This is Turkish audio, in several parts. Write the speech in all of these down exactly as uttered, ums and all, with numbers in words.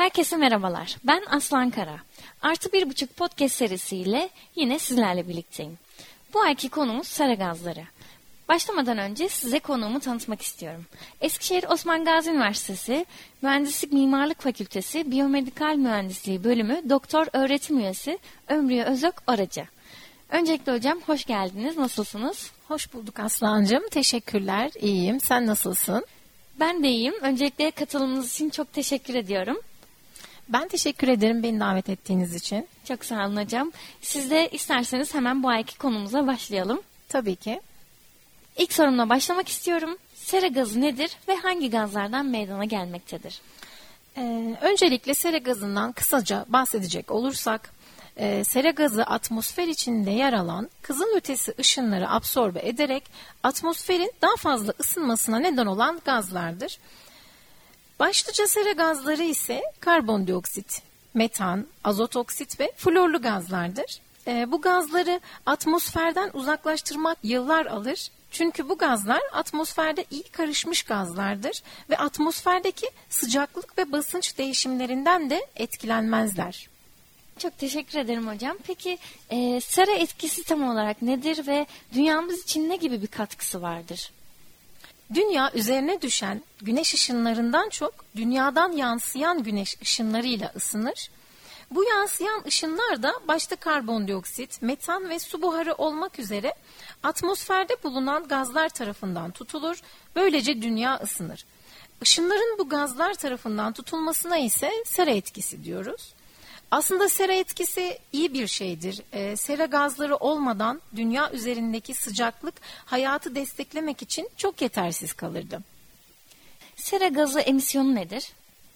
Herkese merhabalar. Ben Aslan Kara. Artı bir buçuk podcast serisiyle yine sizlerle birlikteyim. Bu ayki konumuz sera gazları. Başlamadan önce size konuğumu tanıtmak istiyorum. Eskişehir Osman Gazi Üniversitesi Mühendislik Mimarlık Fakültesi Biyomedikal Mühendisliği Bölümü Doktor Öğretim Üyesi Ömriye Özök Aracı. Öncelikle hocam hoş geldiniz. Nasılsınız? Hoş bulduk Aslancığım. Teşekkürler. İyiyim. Sen nasılsın? Ben de iyiyim. Öncelikle katılımınız için çok teşekkür ediyorum. Ben teşekkür ederim beni davet ettiğiniz için. Çok sağ olun hocam. Siz de isterseniz hemen bu ayki konumuza başlayalım. Tabii ki. İlk sorumla başlamak istiyorum. Sera gazı nedir ve hangi gazlardan meydana gelmektedir? Ee, öncelikle sera gazından kısaca bahsedecek olursak, e, sera gazı atmosfer içinde yer alan kızıl ötesi ışınları absorbe ederek atmosferin daha fazla ısınmasına neden olan gazlardır. Başlıca sera gazları ise karbondioksit, metan, azot oksit ve florlu gazlardır. E, bu gazları atmosferden uzaklaştırmak yıllar alır. Çünkü bu gazlar atmosferde iyi karışmış gazlardır ve atmosferdeki sıcaklık ve basınç değişimlerinden de etkilenmezler. Çok teşekkür ederim hocam. Peki e, sera etkisi tam olarak nedir ve dünyamız için ne gibi bir katkısı vardır? Dünya üzerine düşen güneş ışınlarından çok dünyadan yansıyan güneş ışınlarıyla ısınır. Bu yansıyan ışınlar da başta karbondioksit, metan ve su buharı olmak üzere atmosferde bulunan gazlar tarafından tutulur. Böylece dünya ısınır. Işınların bu gazlar tarafından tutulmasına ise sera etkisi diyoruz. Aslında sera etkisi iyi bir şeydir. E, sera gazları olmadan dünya üzerindeki sıcaklık hayatı desteklemek için çok yetersiz kalırdı. Sera gazı emisyonu nedir?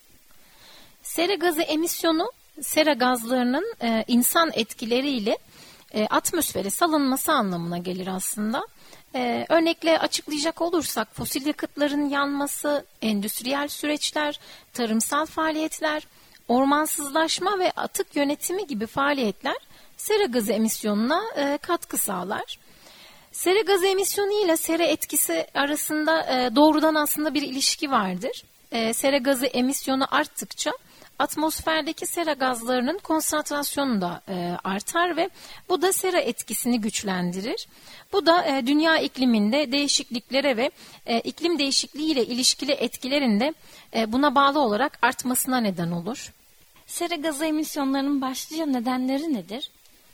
Sera gazı emisyonu, sera gazlarının e, insan etkileriyle e, atmosfere salınması anlamına gelir aslında. E, örnekle açıklayacak olursak fosil yakıtların yanması, endüstriyel süreçler, tarımsal faaliyetler, ormansızlaşma ve atık yönetimi gibi faaliyetler sera gazı emisyonuna e, katkı sağlar. Sera gazı emisyonu ile sera etkisi arasında e, doğrudan aslında bir ilişki vardır. E, sera gazı emisyonu arttıkça atmosferdeki sera gazlarının konsantrasyonu da e, artar ve bu da sera etkisini güçlendirir. Bu da e, dünya ikliminde değişikliklere ve e, iklim değişikliği ile ilişkili etkilerinde e, buna bağlı olarak artmasına neden olur. Sera gazı emisyonlarının başlıca nedenleri nedir?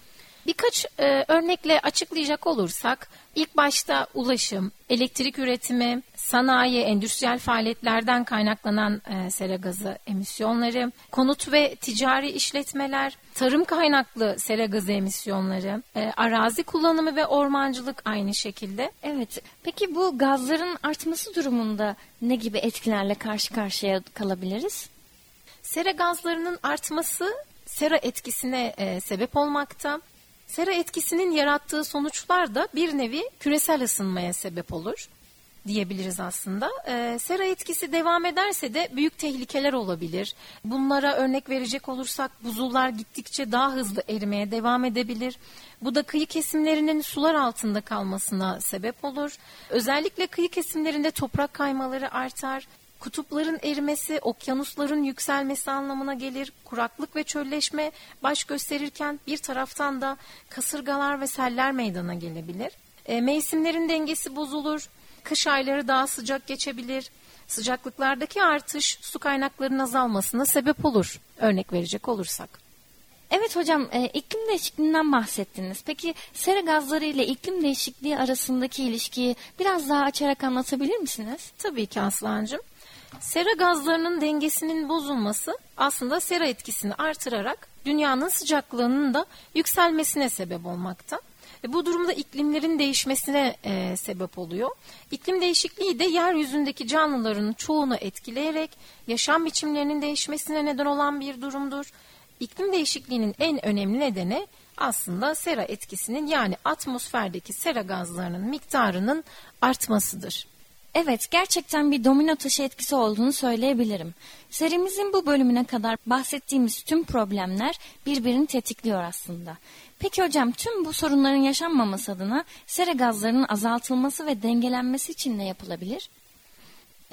Birkaç e, örnekle açıklayacak olursak, ilk başta ulaşım, elektrik üretimi, sanayi, endüstriyel faaliyetlerden kaynaklanan e, sera gazı emisyonları, konut ve ticari işletmeler, tarım kaynaklı sera gazı emisyonları, e, arazi kullanımı ve ormancılık aynı şekilde. Evet, peki bu gazların artması durumunda ne gibi etkilerle karşı karşıya kalabiliriz? Sera gazlarının artması sera etkisine e, sebep olmakta. Sera etkisinin yarattığı sonuçlar da bir nevi küresel ısınmaya sebep olur diyebiliriz aslında. E, sera etkisi devam ederse de büyük tehlikeler olabilir. Bunlara örnek verecek olursak buzullar gittikçe daha hızlı erimeye devam edebilir. Bu da kıyı kesimlerinin sular altında kalmasına sebep olur. Özellikle kıyı kesimlerinde toprak kaymaları artar. Kutupların erimesi, okyanusların yükselmesi anlamına gelir. Kuraklık ve çölleşme baş gösterirken bir taraftan da kasırgalar ve seller meydana gelebilir. E, mevsimlerin dengesi bozulur. Kış ayları daha sıcak geçebilir. Sıcaklıklardaki artış su kaynaklarının azalmasına sebep olur. Örnek verecek olursak. Evet hocam, e, iklim değişikliğinden bahsettiniz. Peki sera gazları ile iklim değişikliği arasındaki ilişkiyi biraz daha açarak anlatabilir misiniz? Tabii ki Aslancığım. Sera gazlarının dengesinin bozulması aslında sera etkisini artırarak dünyanın sıcaklığının da yükselmesine sebep olmakta. E bu durumda iklimlerin değişmesine e, sebep oluyor. İklim değişikliği de yeryüzündeki canlıların çoğunu etkileyerek yaşam biçimlerinin değişmesine neden olan bir durumdur. İklim değişikliğinin en önemli nedeni aslında sera etkisinin, yani atmosferdeki sera gazlarının miktarının artmasıdır. Evet, gerçekten bir domino taşı etkisi olduğunu söyleyebilirim. Serimizin bu bölümüne kadar bahsettiğimiz tüm problemler birbirini tetikliyor aslında. Peki hocam, tüm bu sorunların yaşanmaması adına sera gazlarının azaltılması ve dengelenmesi için ne yapılabilir?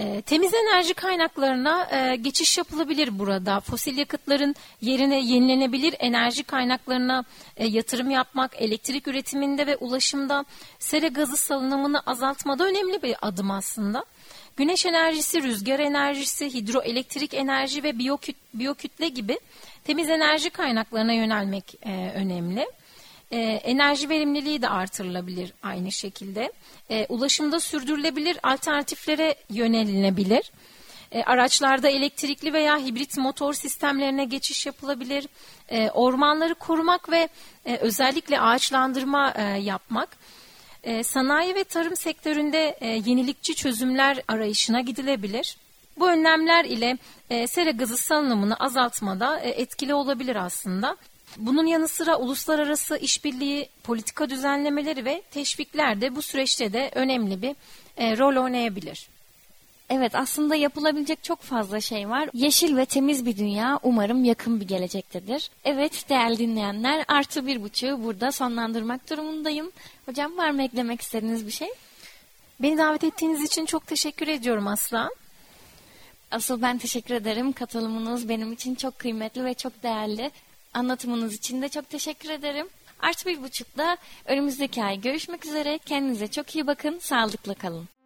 E, temiz enerji kaynaklarına e, geçiş yapılabilir burada. Fosil yakıtların yerine yenilenebilir enerji kaynaklarına e, yatırım yapmak, elektrik üretiminde ve ulaşımda sera gazı salınımını azaltmada önemli bir adım aslında. Güneş enerjisi, rüzgar enerjisi, hidroelektrik enerji ve biyoküt, biyokütle gibi temiz enerji kaynaklarına yönelmek e, önemli. E, enerji verimliliği de artırılabilir aynı şekilde. E, ulaşımda sürdürülebilir alternatiflere yönelinebilir. E, araçlarda elektrikli veya hibrit motor sistemlerine geçiş yapılabilir. E, ormanları korumak ve e, özellikle ağaçlandırma e, yapmak. E, sanayi ve tarım sektöründe e, yenilikçi çözümler arayışına gidilebilir. Bu önlemler ile e, sera gazı salınımını azaltmada e, etkili olabilir aslında. Bunun yanı sıra uluslararası işbirliği, politika düzenlemeleri ve teşvikler de bu süreçte de önemli bir e, rol oynayabilir. Evet, aslında yapılabilecek çok fazla şey var. Yeşil ve temiz bir dünya umarım yakın bir gelecektedir. Evet değerli dinleyenler, artı bir buçuğu burada sonlandırmak durumundayım. Hocam var mı eklemek istediğiniz bir şey? Beni davet ettiğiniz için çok teşekkür ediyorum Aslan. Asıl ben teşekkür ederim. Katılımınız benim için çok kıymetli ve çok değerli. Anlatımınız için de çok teşekkür ederim. Artı bir buçukta önümüzdeki ay görüşmek üzere. Kendinize çok iyi bakın. Sağlıkla kalın.